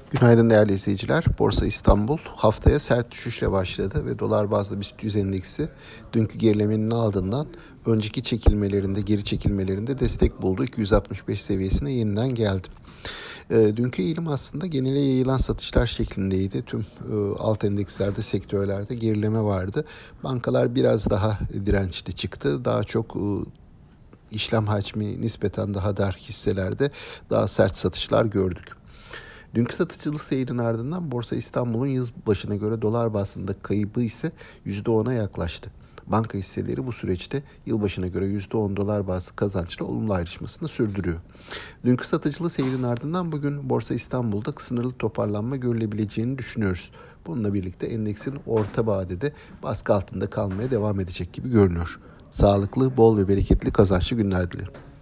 Günaydın değerli izleyiciler. Borsa İstanbul haftaya sert düşüşle başladı ve dolar bazlı BIST 100 endeksi dünkü gerilemenin ardından önceki geri çekilmelerinde destek buldu. 265 seviyesine yeniden geldi. Dünkü eğilim aslında genele yayılan satışlar şeklindeydi. Tüm alt endekslerde, sektörlerde gerileme vardı. Bankalar biraz daha dirençli çıktı. Daha çok işlem hacmi nispeten daha dar hisselerde daha sert satışlar gördük. Dünkü satıcılı seyrin ardından Borsa İstanbul'un yıl başına göre dolar bazında kaybı ise %10'a yaklaştı. Banka hisseleri bu süreçte yılbaşına göre %10 dolar bazlı kazançla olumlu ayrışmasını sürdürüyor. Dünkü satıcılı seyrin ardından bugün Borsa İstanbul'da sınırlı toparlanma görülebileceğini düşünüyoruz. Bununla birlikte endeksin orta vadede baskı altında kalmaya devam edecek gibi görünüyor. Sağlıklı, bol ve bereketli kazançlı günler dilerim.